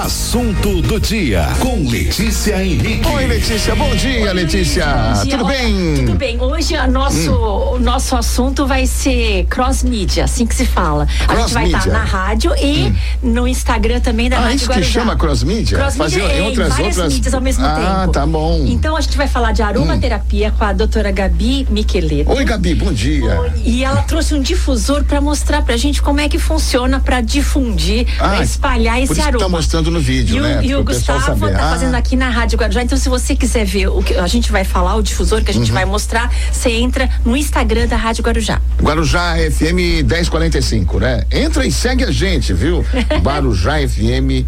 Assunto do dia, com Letícia Henrique. Oi, Letícia, bom dia, Letícia. Bom dia. Tudo bem? Tudo bem. Hoje o nosso assunto vai ser cross-mídia, assim que se fala. A gente vai estar na rádio e no Instagram também da Rádio isso Guarujá. Que chama cross-mídia? Cross-mídia em várias mídias ao mesmo tempo. Ah, tá bom. Então a gente vai falar de aromaterapia com a doutora Gabi Micheleto. Oi, Gabi, bom dia. E ela trouxe um difusor para mostrar pra gente como é que funciona para difundir, para espalhar esse por isso aroma. Que tá mostrando no vídeo, né? E o Gustavo tá fazendo aqui na Rádio Guarujá. Então, se você quiser ver o que a gente vai falar, o difusor que a gente vai mostrar, você entra no Instagram da Rádio Guarujá. Guarujá FM 1045, né? Entra e segue a gente, viu? Guarujá FM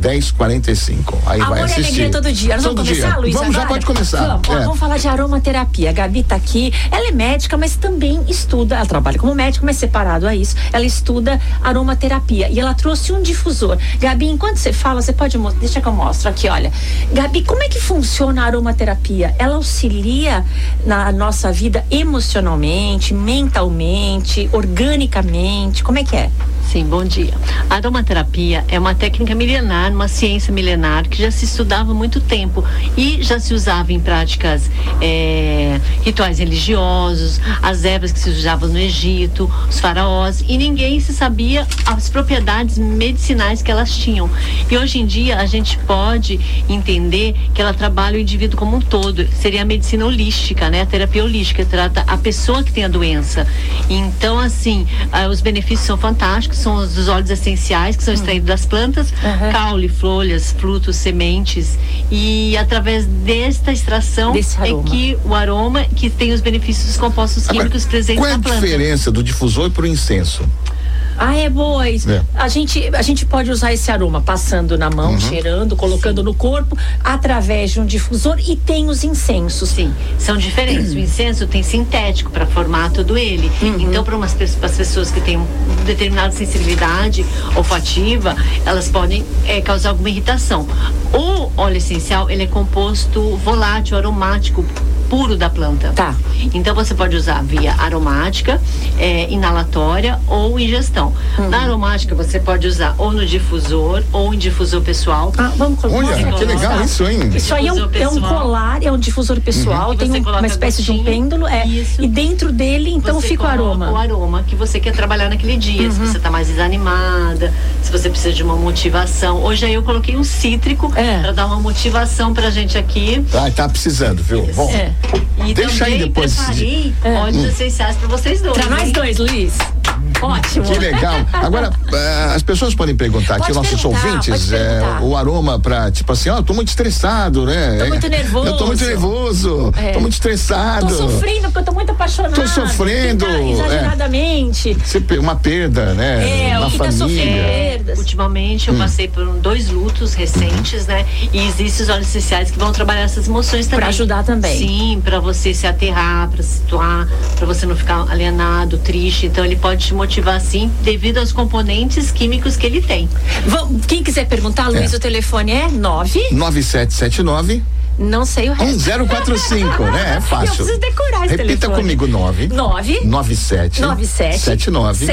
1045. Aí Amor vai assistir. E alegria todo dia. Nós vamos começar, Luiz? Vamos, já pode começar. Vamos falar de aromaterapia. A Gabi tá aqui. Ela é médica, mas também estuda. Ela trabalha como médica, mas separado a isso. Ela estuda aromaterapia. E ela trouxe um difusor. Gabi, enquanto você fala, você pode mostrar. Deixa que eu mostro aqui, olha. Gabi, como é que funciona a aromaterapia? Ela auxilia na nossa vida emocionalmente, mentalmente, organicamente. Como é que é? Sim, bom dia. A aromaterapia é uma técnica milenar, uma ciência milenar que já se estudava há muito tempo e já se usava em práticas rituais religiosos, as ervas que se usavam no Egito, os faraós, e ninguém se sabia as propriedades medicinais que elas tinham. E hoje em dia a gente pode entender que ela trabalha o indivíduo como um todo. Seria a medicina holística, né? A terapia holística trata a pessoa que tem a doença. Então, assim, os benefícios são fantásticos. São os dos óleos essenciais que são extraídos das plantas, caule, folhas, frutos, sementes, e através desta extração é que o aroma que tem os benefícios dos compostos químicos presentes na planta. Qual é a diferença do difusor pro incenso? É boa isso. A gente pode usar esse aroma passando na mão, cheirando, colocando no corpo, através de um difusor, e tem os incensos. Sim, são diferentes. O incenso tem sintético para formar todo ele. Então, para as pessoas que têm determinada sensibilidade olfativa, elas podem causar alguma irritação. O óleo essencial, ele é composto volátil, aromático, puro da planta. Tá. Então você pode usar via aromática, inalatória ou ingestão. Na aromática você pode usar ou no difusor ou em difusor pessoal. Vamos colocar. Olha, que legal isso, hein? Isso aí é um colar, é um difusor pessoal, tem uma espécie de um pêndulo, e dentro dele então fica o aroma. O aroma que você quer trabalhar naquele dia, se você tá mais desanimada, se você precisa de uma motivação. Hoje aí eu coloquei um cítrico para dar uma motivação pra gente aqui. Tá precisando, viu? Bom. E deixa aí depois. Preparei óleos essenciais pra vocês dois. Pra nós dois, Luiz. Ótimo. Que legal. Agora, as pessoas podem perguntar aqui, nossos ouvintes, o aroma pra, tipo assim, eu tô muito estressado, né? Tô muito nervoso. Eu tô muito nervoso, tô muito estressado. Tô sofrendo porque eu tô muito apaixonada. Tô sofrendo. Exageradamente. Uma perda, né? Na família. Ultimamente eu passei por 2 lutos recentes, né? E existem os óleos essenciais que vão trabalhar essas emoções também. Pra ajudar também. Sim, pra você se aterrar, pra se situar, pra você não ficar alienado, triste. Então ele pode te motivar sim, devido aos componentes químicos que ele tem. Quem quiser perguntar, Luiz, o telefone é 9779 não sei o resto. 1045, né? É fácil. Eu preciso decorar esse telefone. Repita comigo, 97 79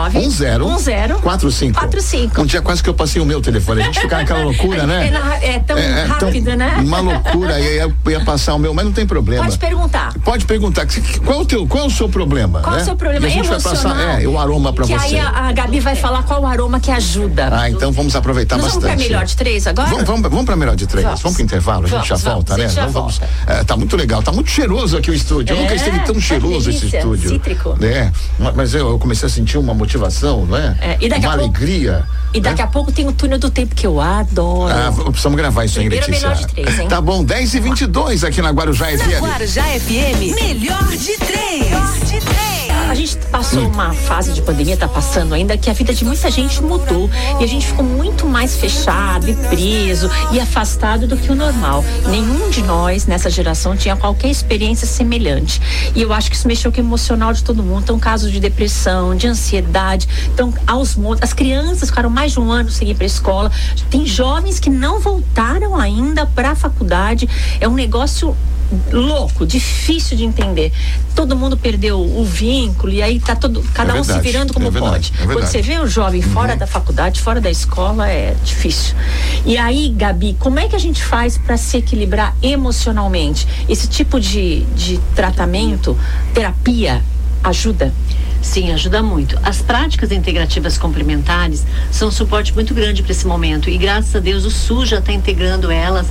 1045. Um dia quase que eu passei o meu telefone. A gente fica naquela loucura, né? É tão rápido, né? Uma loucura. E aí eu ia passar o meu, mas não tem problema. Pode perguntar. Qual é o seu problema? Qual é o seu problema? E a gente vai passar o aroma pra você. Aí a Gabi vai falar qual o aroma que ajuda. Então vamos aproveitar bastante. Vamos pra melhor de 3 agora? Vamos pra melhor de 3. Vamos pro intervalo, a gente já volta. Né? Tá muito legal, tá muito cheiroso aqui o estúdio. Eu nunca esteve tão cheiroso esse estúdio. Cítrico. Mas eu comecei a sentir uma motivação, não é? Uma alegria. E daqui a pouco tem o túnel do tempo que eu adoro. Precisamos gravar isso aí, Letícia. Melhor de 3, hein? Tá bom, 10h22 aqui na Guarujá FM. Na Guarujá FM, melhor de 3. A gente passou uma fase de pandemia, tá passando ainda, que a vida de muita gente mudou. E a gente ficou muito mais fechado e preso e afastado do que o normal. Nenhum de nós, nessa geração, tinha qualquer experiência semelhante. E eu acho que isso mexeu com o emocional de todo mundo. Então, casos de depressão, de ansiedade. Então, as crianças ficaram mais de um ano sem ir pra escola. Tem jovens que não voltaram ainda pra faculdade. É um negócio louco, difícil de entender. Todo mundo perdeu o vínculo e aí tá cada um se virando como pode. Quando você vê o jovem fora da faculdade, fora da escola, é difícil. E aí, Gabi, como é que a gente faz para se equilibrar emocionalmente? Esse tipo de tratamento, terapia, ajuda? Sim, ajuda muito. As práticas integrativas complementares são um suporte muito grande para esse momento e graças a Deus o SUS já está integrando elas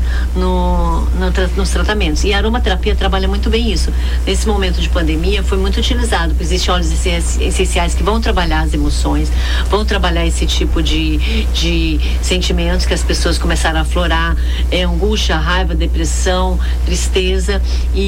nos tratamentos. E a aromaterapia trabalha muito bem isso. Nesse momento de pandemia foi muito utilizado, porque existem óleos essenciais que vão trabalhar as emoções, vão trabalhar esse tipo de sentimentos que as pessoas começaram a aflorar, angústia, raiva, depressão, tristeza.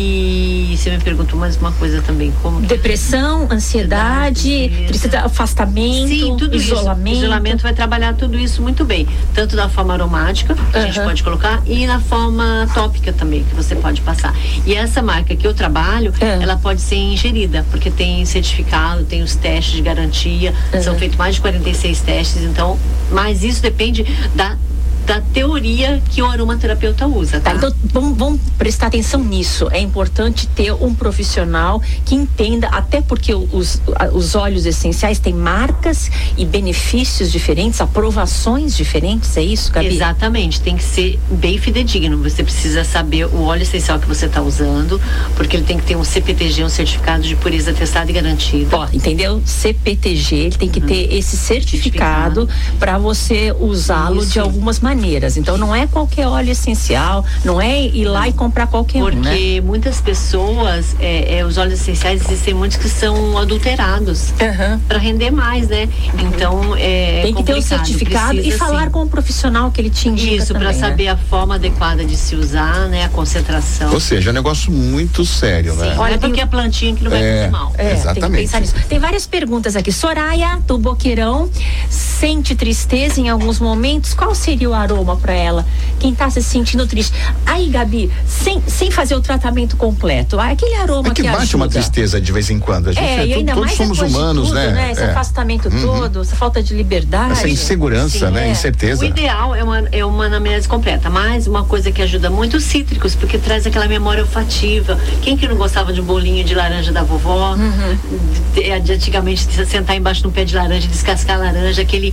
E você me perguntou mais uma coisa também, como depressão, ansiedade, tristeza, afastamento, sim, tudo isolamento. Isso. O isolamento vai trabalhar tudo isso muito bem, tanto na forma aromática, que a gente pode colocar, e na forma tópica também, que você pode passar. E essa marca que eu trabalho, ela pode ser ingerida, porque tem certificado, tem os testes de garantia, são feitos mais de 46 testes, então, mas isso depende da teoria que o aromaterapeuta usa, tá? Então vamos prestar atenção nisso. É importante ter um profissional que entenda, até porque os óleos essenciais têm marcas e benefícios diferentes, aprovações diferentes, é isso, Gabi? Exatamente, tem que ser bem fidedigno. Você precisa saber o óleo essencial que você está usando, porque ele tem que ter um CPTG, um certificado de pureza testado e garantido. Ó, entendeu? CPTG, ele tem que ter esse certificado para você usá-lo de algumas maneiras. Então não é qualquer óleo essencial, não é ir lá e comprar qualquer um, né? Porque muitas pessoas, os óleos essenciais, existem muitos que são adulterados para render mais, né? Então tem que ter o certificado e falar com o profissional que ele te indica. Isso, para saber a forma adequada de se usar, né? A concentração. Ou seja, é um negócio muito sério, né? Olha, é porque a plantinha que não vai fazer mal. Exatamente. Tem que pensar nisso. Tem várias perguntas aqui. Soraya, do Boqueirão, sente tristeza em alguns momentos? Qual seria o aroma para ela? Quem tá se sentindo triste? Aí, Gabi, sem fazer o tratamento completo, aquele aroma que bate ajuda. Uma tristeza de vez em quando. A gente e ainda todos mais somos humanos, tudo, né? Esse afastamento todo, essa falta de liberdade. Essa insegurança, né? Incerteza. O ideal é uma anamnese completa, mas uma coisa que ajuda muito, os cítricos, porque traz aquela memória olfativa. Quem que não gostava de um bolinho de laranja da vovó? De antigamente sentar embaixo de um pé de laranja e descascar a laranja, aquele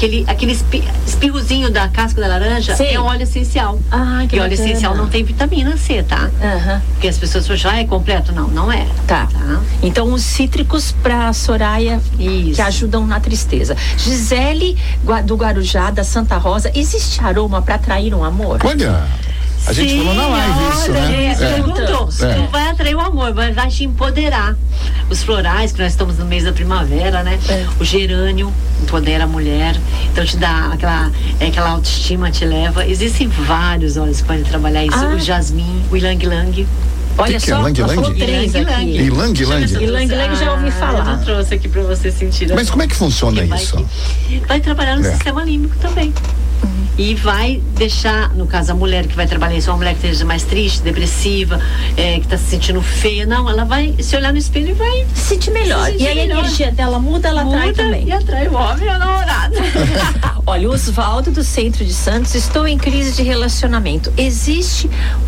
espirrozinho da casca da laranja, é óleo essencial. E óleo essencial não tem vitamina C, tá? Porque as pessoas falam, é completo? Não é. Tá. Então os cítricos pra Soraya que ajudam na tristeza. Gisele do Guarujá, da Santa Rosa, existe aroma pra atrair um amor? Olha, a gente falou na live isso, né? Perguntou. Não vai atrair o amor, vai te empoderar. Os florais, que nós estamos no mês da primavera, né? O gerânio empodera a mulher, então te dá aquela autoestima, te leva. Existem vários óleos que podem trabalhar isso. O jasmim, o ilang-ilang. Olha só, ela falou 3 aqui. Ilang-ilang? Ilang-ilang já ouvi falar. Eu trouxe aqui pra você sentir. Mas como é que funciona isso? Vai trabalhar no sistema límbico também. E vai deixar, no caso a mulher que vai trabalhar isso, uma mulher que esteja mais triste, depressiva, que está se sentindo feia, ela vai se olhar no espelho e vai se sentir melhor. E aí a energia dela muda, ela atrai também. E atrai o homem e a namorada. Olha, o Osvaldo do Centro de Santos, estou em crise de relacionamento. Existe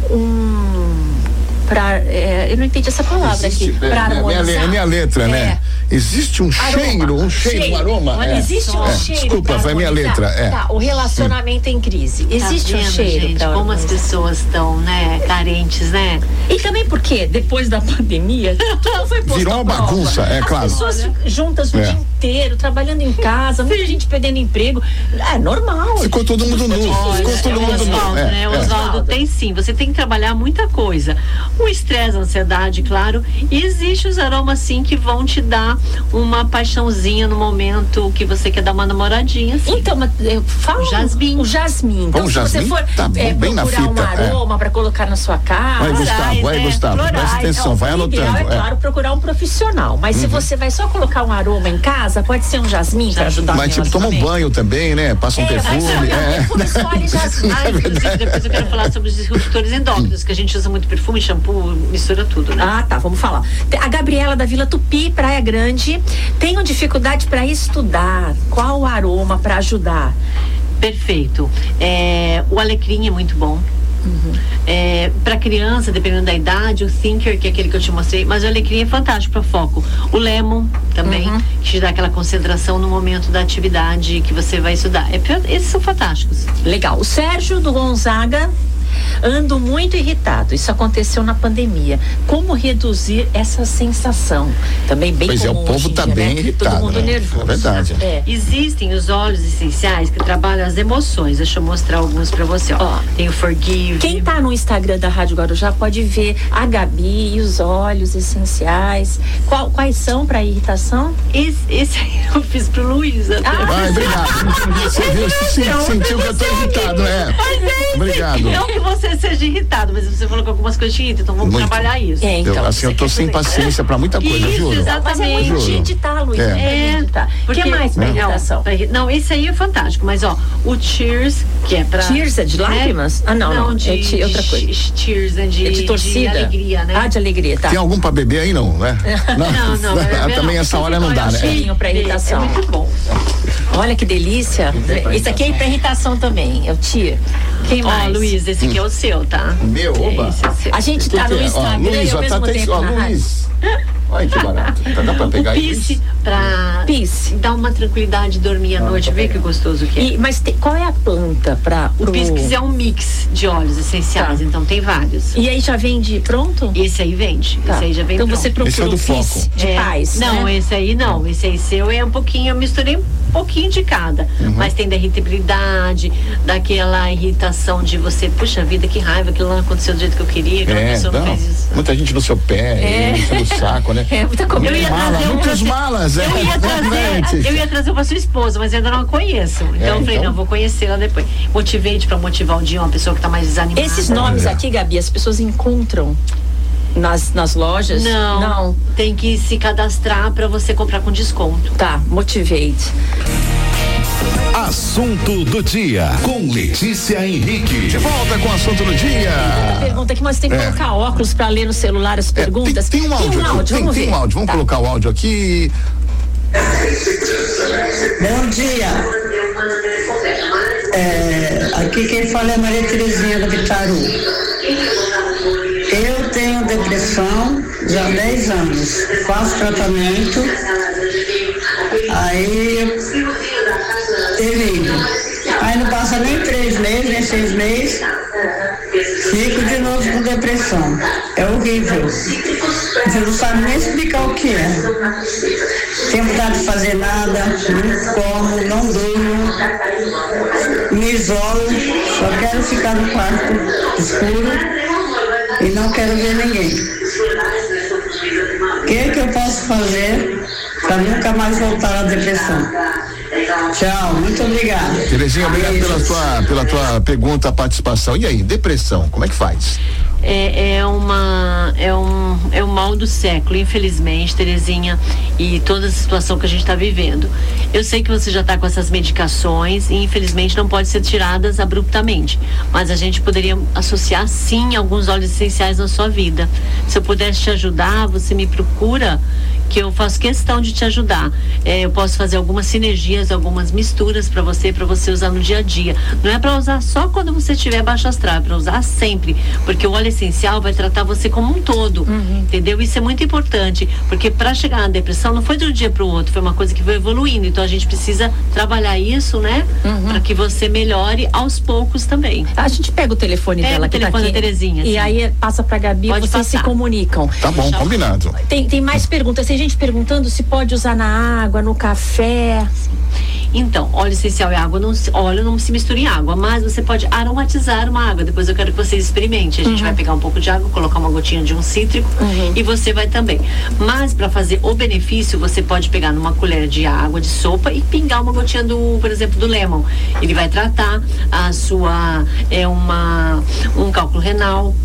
eu não entendi essa palavra aqui. Para harmonizar. É minha letra, né? Existe um cheiro, um aroma. Existe um cheiro. Desculpa, foi minha letra. Tá, o relacionamento em crise. Existe um cheiro, gente, como as pessoas estão, né, carentes, né? E também porque depois da pandemia, tudo foi posto virou uma bagunça, claro. As pessoas juntas o dia inteiro, trabalhando em casa, muita gente perdendo emprego. É normal. Ficou todo mundo nu. O Osvaldo tem sim. Você tem que trabalhar muita coisa. O estresse, a ansiedade, claro. E existem os aromas, sim, que vão te dar uma paixãozinha no momento que você quer dar uma namoradinha. Assim. Então, eu falo o jasmim. Então, se você for procurar um aroma para colocar na sua casa. Vai, Gustavo, presta atenção, vai anotando. É claro, procurar um profissional. Mas se você vai só colocar um aroma em casa, pode ser um jasmim para ajudar. Mas toma um banho também, né? Passa um perfume. Escolhe jasmim. Inclusive, depois eu quero falar sobre os disruptores endócrinos, que a gente usa muito perfume, shampoo, mistura tudo, né? Tá, vamos falar. A Gabriela da Vila Tupi, Praia Grande, tenho dificuldade para estudar. Qual o aroma para ajudar? Perfeito. O alecrim é muito bom. Para criança, dependendo da idade, o Thinker, que é aquele que eu te mostrei, mas o alecrim é fantástico para foco. O Lemon também, que te dá aquela concentração no momento da atividade que você vai estudar. Esses são fantásticos. Legal. O Sérgio do Gonzaga: ando muito irritado. Isso aconteceu na pandemia. Como reduzir essa sensação? Também bem Pois comum o povo hoje em tá dia, bem né? irritado. Todo mundo né? nervoso. É verdade. Existem os óleos essenciais que trabalham as emoções. Deixa eu mostrar alguns pra você, ó. Tem o Forgive. Quem tá no Instagram da Rádio Guarujá pode ver a Gabi e os óleos essenciais. Quais são para irritação? Esse aí eu fiz pro Luiz até. Ai, obrigado. Você viu, sentiu que eu tô irritado, Obrigado. Não que você seja irritado, mas você falou que algumas coisas te irritam, então vamos trabalhar isso. Eu tô sem paciência pra muita coisa, isso, juro. Exatamente. Mas é muito editar, Luiz. O que mais pra irritação? Não, esse aí é fantástico, mas ó, o Tears, que é pra... Tears é de lágrimas? Não, não, é outra coisa. Tears é de torcida? De alegria, né? De alegria, tá. Tem algum pra beber aí, não, né? Não. Também essa hora não dá, né? Cheirinho pra irritação. É muito bom. Olha que delícia. Esse aqui é pra irritação também, é o Tear. Quem mais? Ó, Luiz, esse aqui é o seu, tá? Meu, oba. Esse é o seu. A gente tá no Instagram Luiz, e ao mesmo tempo na rádio. Luiz. Olha que barato. Dá pra pegar o Peace, pra dar uma tranquilidade, dormir à noite, vê que gostoso que é. Mas qual é a planta pra... O Peace é um mix de óleos essenciais, então tem vários. E aí já vende pronto? Esse aí vende, esse aí já vem então pronto. Você procura esse é do Peace de paz, Não, né? esse aí não, esse aí seu é um pouquinho, eu misturei um pouquinho de cada, mas tem da irritabilidade, daquela irritação de você, puxa vida, que raiva, aquilo não aconteceu do jeito que eu queria, aquela pessoa não fez isso. Muita gente no seu pé, no saco, né? Muita comida. Muitos malas, Eu ia trazer pra sua esposa, mas eu ainda não a conheço. Então eu falei, não, vou conhecê-la depois. Motivate pra motivar o dia, uma pessoa que tá mais desanimada. Esses nomes aqui, Gabi, as pessoas encontram nas lojas? Não. Tem que se cadastrar pra você comprar com desconto. Tá, Motivate. Assunto do dia, com Letícia Henrique. De volta com o assunto do dia. Pergunta aqui, mas tem que colocar óculos pra ler no celular as perguntas. Tem um áudio, vamos ver. Tem um áudio, vamos colocar o áudio aqui. Bom dia. Aqui quem fala é Maria Terezinha da Vitaru. Eu tenho depressão já há 10 anos. Faço tratamento. Aí terrível. Aí não passa nem 3 meses, nem 6 meses. Fico de novo com depressão. É horrível. Você não sabe nem explicar o que é. Tenho vontade de fazer nada, não como, não durmo, me isolo, só quero ficar no quarto escuro e não quero ver ninguém. O que eu posso fazer para nunca mais voltar à depressão? Tchau, muito obrigada. Terezinha, obrigado pela tua pergunta, participação. E aí, depressão, como é que faz? É um mal do século, infelizmente, Terezinha, e toda a situação que a gente está vivendo. Eu sei que você já está com essas medicações e infelizmente não pode ser tiradas abruptamente, mas a gente poderia associar sim alguns óleos essenciais na sua vida. Se eu pudesse te ajudar, você me procura, que eu faço questão de te ajudar. Eu posso fazer algumas sinergias, algumas misturas para você usar no dia a dia. Não é para usar só quando você estiver baixo astral, é para usar sempre, porque o óleo essencial vai tratar você como um todo, entendeu? Isso é muito importante, porque para chegar na depressão não foi de um dia para o outro, foi uma coisa que foi evoluindo, então a gente precisa trabalhar isso, né? Para que você melhore aos poucos também. A gente pega o telefone dela, que tá aqui, da Terezinha, e aí passa pra Gabi, pode vocês se comunicam. Tá bom, combinado. Tem mais perguntas, tem gente perguntando se pode usar na água, no café. Então, óleo essencial e água, óleo não se mistura em água, mas você pode aromatizar uma água. Depois eu quero que vocês experimentem. A gente vai pegar um pouco de água, colocar uma gotinha de um cítrico e você vai também. Mas para fazer o benefício, você pode pegar numa colher de água de sopa e pingar uma gotinha por exemplo, do lemon. Ele vai tratar a sua um cálculo renal,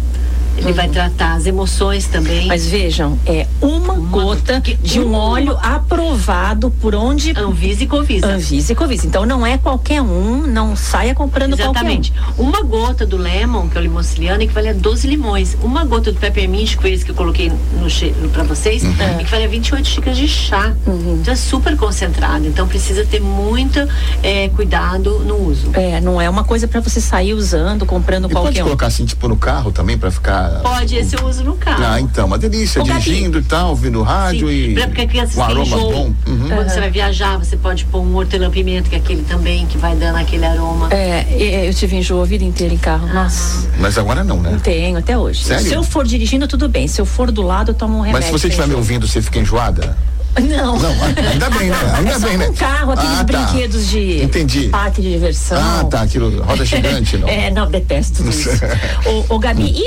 Ele vai tratar as emoções também. Mas vejam, é uma gota de um óleo aprovado por onde? Anvisa e Covisa. Anvisa e Covisa. Então não é qualquer um, não saia comprando Exatamente. qualquer um. Uma gota do lemon, que é o limão siciliano, equivale a 12 limões. Uma gota do peppermint, que foi esse que eu coloquei pra vocês, equivale a 28 xícaras de chá. Então é super concentrado. Então precisa ter muito cuidado no uso. Não é uma coisa pra você sair usando, comprando E qualquer pode um. colocar assim, tipo, no carro também, pra ficar... Pode, esse eu uso no carro. Ah, então, uma delícia, dirigindo e tal, ouvindo rádio. Sim, e porque a criança um tem aroma enjoo. bom. Quando você vai viajar, você pode pôr um hortelã-pimenta, que é aquele também, que vai dando aquele aroma. Eu tive enjoo a vida inteira em carro. Nossa. Mas agora não, né? Não tenho, até hoje. Sério? Se eu for dirigindo, tudo bem. Se eu for do lado, eu tomo um remédio. Mas se você estiver me ouvindo, você fica enjoada? Não. Ainda bem, né? Ainda bem, né? Um carro, aqueles brinquedos de parque de diversão. Ah, tá, aquilo, roda gigante, não? Não, detesto tudo isso. Ô, Gabi, e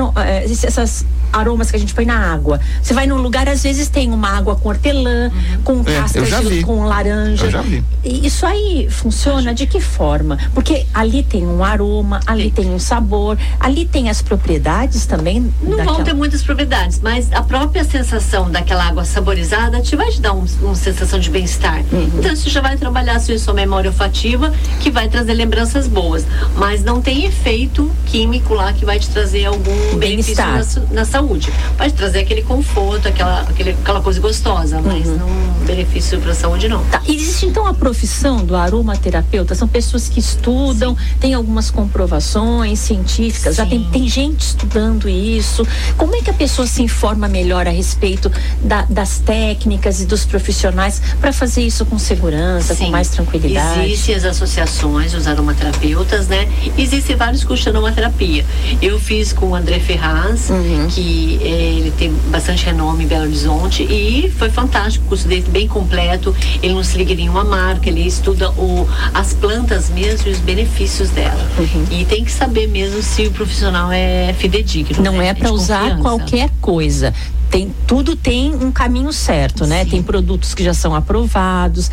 essas aromas que a gente põe na água? Você vai num lugar, às vezes tem uma água com hortelã, com cascas com laranja. Eu já vi. E isso aí funciona de que forma? Porque ali tem um aroma, ali tem um sabor, ali tem as propriedades também. Não vão ter muitas propriedades, mas a própria sensação daquela água saborizada vai te dar uma sensação de bem-estar. Então isso já vai trabalhar a sua memória olfativa, que vai trazer lembranças boas, mas não tem efeito químico lá que vai te trazer algum benefício na saúde. Vai te trazer aquele conforto, aquela coisa gostosa, mas não benefício para a saúde não. Tá. Existe então a profissão do aromaterapeuta? São pessoas que estudam, tem algumas comprovações científicas, já tem gente estudando isso. Como é que a pessoa se informa melhor a respeito das técnicas e dos profissionais para fazer isso com segurança, com mais tranquilidade? Existem as associações, os aromaterapeutas, né? Existem vários cursos de aromaterapia. Eu fiz com o André Ferraz, que ele tem bastante renome em Belo Horizonte, e foi fantástico, o curso dele bem completo. Ele não se liga em nenhuma marca, ele estuda as plantas mesmo e os benefícios dela. E tem que saber mesmo se o profissional é fidedigno. Não é para usar qualquer coisa. Tudo tem um caminho certo, né? Tem produtos que já são aprovados,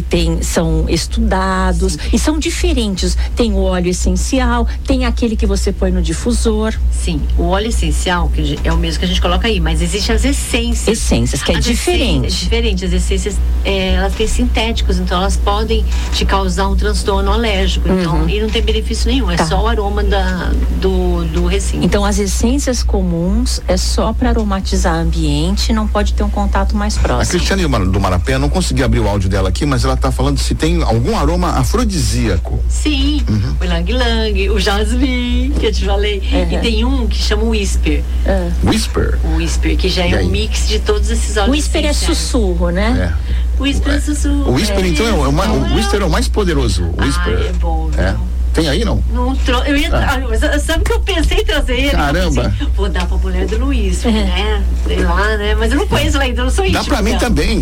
são estudados e são diferentes. Tem o óleo essencial, tem aquele que você põe no difusor. Sim, o óleo essencial que é o mesmo que a gente coloca aí, mas existem as essências. Essências, que é diferente. É diferente, as essências, elas têm sintéticos, então elas podem te causar um transtorno alérgico, então, e não tem benefício nenhum, é só o aroma do recinto. Então as essências comuns é só para aromatizar ambiente, não pode ter um contato mais próximo. A Cristiane do Marapé, eu não consegui abrir o áudio dela aqui, mas ela tá falando se tem algum aroma afrodisíaco. Sim, o ylang-ylang, o jasmim, que eu te falei, e tem um que chama o whisper. Whisper? O whisper, que já é um mix de todos esses óleos. O whisper é sussurro, né? O whisper é sussurro. O whisper, então, o whisper é o mais poderoso. O whisper. É bom, Tem aí, não? Eu ia sabe que eu pensei em trazer ele? Caramba! Vou dar pra mulher do Luiz, né? Sei lá, né? Mas eu não conheço ela ainda, eu não sou íntima. Dá pra mim também.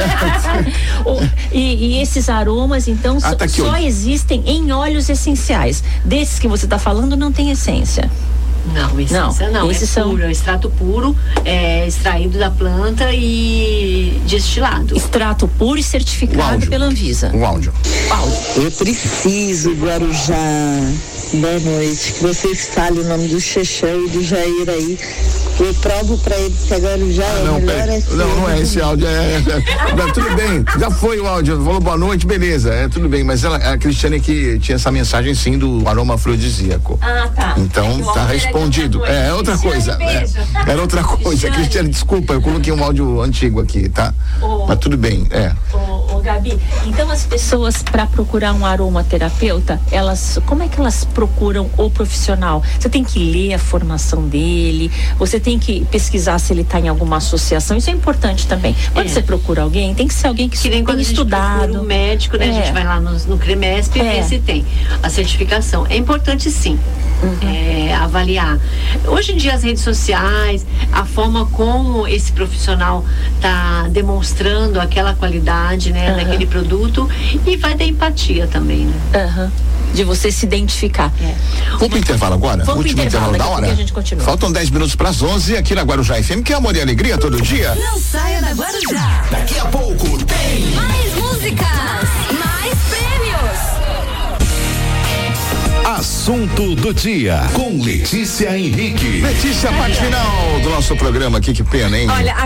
E esses aromas, então, só existem em óleos essenciais. Desses que você tá falando, não tem essência. Não, essência não. Esses são puro, extrato puro, extraído da planta e destilado. Extrato puro e certificado pela Anvisa. O áudio. Eu preciso, Guarujá. Boa noite. Que vocês falem o nome do Chechão e do Jair aí. Eu provo pra eles que agora já não é esse áudio. Tudo bem, já foi o áudio. Falou boa noite, beleza. Tudo bem, mas a Cristiane aqui tinha essa mensagem sim do aroma afrodisíaco. Tá. Então tá respondido. É outra coisa. Era outra coisa. Cristiane, desculpa, eu coloquei um áudio antigo aqui, tá? Mas tudo bem, Gabi, então as pessoas, para procurar um aromaterapeuta, como é que elas procuram o profissional? Você tem que ler a formação dele, você tem que pesquisar se ele está em alguma associação, isso é importante também. Quando você procura alguém, tem que ser alguém que tem estudado. Um médico, né? A gente vai lá no CREMESP e vê se tem a certificação. É importante sim. Avaliar. Hoje em dia as redes sociais, a forma como esse profissional está demonstrando aquela qualidade, né, daquele produto, e vai dar empatia também, né? De você se identificar. Vamos pro intervalo agora? Último intervalo da hora? Faltam 10 minutos para as 11 aqui na Guarujá FM, que é amor e alegria todo dia. Não saia da Guarujá. Daqui a pouco tem mais músicas, mais prêmios. Assunto do dia, com Letícia Henrique. Letícia, parte final do nosso programa aqui, que pena, hein? Olha,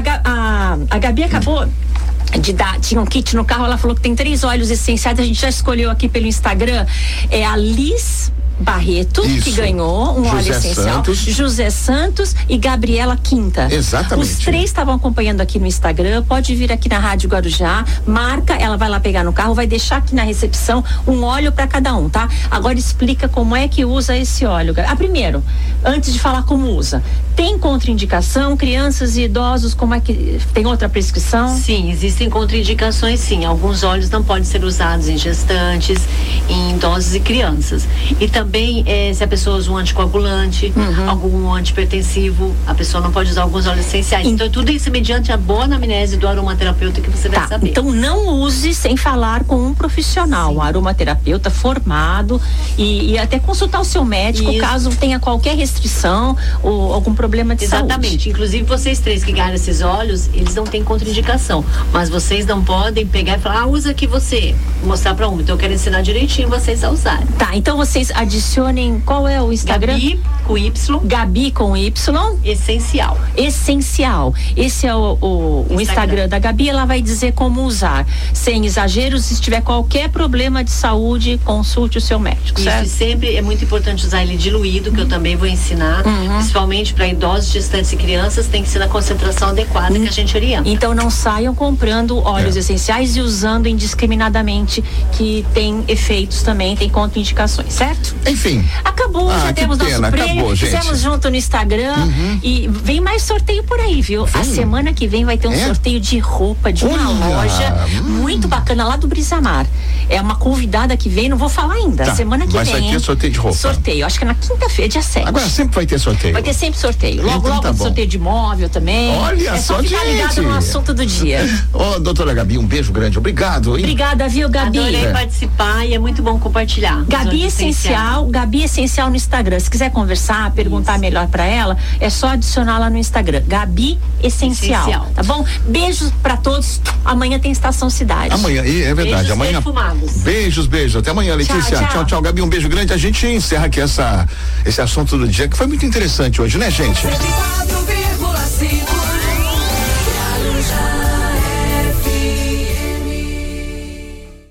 a Gabi acabou de dar, tinha um kit no carro, ela falou que tem 3 óleos essenciais, a gente já escolheu aqui pelo Instagram, é a Liz Barreto, que ganhou um óleo essencial, José Santos e Gabriela Quinta. Exatamente. Os 3 estavam acompanhando aqui no Instagram, pode vir aqui na Rádio Guarujá, marca, ela vai lá pegar no carro, vai deixar aqui na recepção um óleo para cada um, tá? Agora explica como é que usa esse óleo. Primeiro, antes de falar como usa, tem contraindicação, crianças e idosos, como é que, tem outra prescrição? Sim, existem contraindicações sim, alguns óleos não podem ser usados em gestantes, em idosos e crianças. E também se a pessoa usa um anticoagulante, algum antipertensivo, a pessoa não pode usar alguns óleos essenciais. Então tudo isso mediante a boa anamnese do aromaterapeuta que você vai saber. Então não use sem falar com um profissional, um aromaterapeuta formado e até consultar o seu médico caso tenha qualquer restrição ou algum problema de saúde. Exatamente. Inclusive vocês 3 que ganham esses óleos, eles não têm contraindicação, mas vocês não podem pegar e falar, usa aqui você, mostrar pra um. Então eu quero ensinar direitinho vocês a usarem. Tá, então vocês adicionem, qual é o Instagram? Gabi com Y. Gabi com Y. Essencial. Essencial. Esse é o Instagram da Gabi, ela vai dizer como usar. Sem exageros, se tiver qualquer problema de saúde, consulte o seu médico, certo? Isso, sempre é muito importante usar ele diluído, que eu também vou ensinar, principalmente para idosos, gestantes e crianças, tem que ser na concentração adequada que a gente orienta. Então não saiam comprando óleos essenciais e usando indiscriminadamente, que tem efeitos também, tem contraindicações, certo? Enfim. Acabou, já temos nosso prêmio, fizemos junto no Instagram e vem mais sorteio por aí, viu? A semana que vem vai ter um sorteio de roupa de uma loja muito bacana lá do Brisamar. É uma convidada que vem, não vou falar ainda, semana que vem. Vai ter sorteio de roupa. Sorteio, acho que é na quinta-feira, dia 7. Agora sempre vai ter sorteio. Vai ter sempre sorteio. Logo, então, logo sorteio de móvel também. Olha só, ficar ligado no assunto do dia. Doutora Gabi, um beijo grande, obrigado, hein? Obrigada, viu, Gabi? Adorei participar e é muito bom compartilhar. Gabi Essencial no Instagram. Se quiser conversar, perguntar melhor pra ela, é só adicionar lá no Instagram. Gabi Essencial. Tá bom? Beijos pra todos. Amanhã tem Estação Cidade. Amanhã, é verdade. Beijos amanhã. Perfumados. Beijos. Até amanhã, Letícia. Tchau, Gabi. Um beijo grande. A gente encerra aqui esse assunto do dia, que foi muito interessante hoje, né, gente? 4,5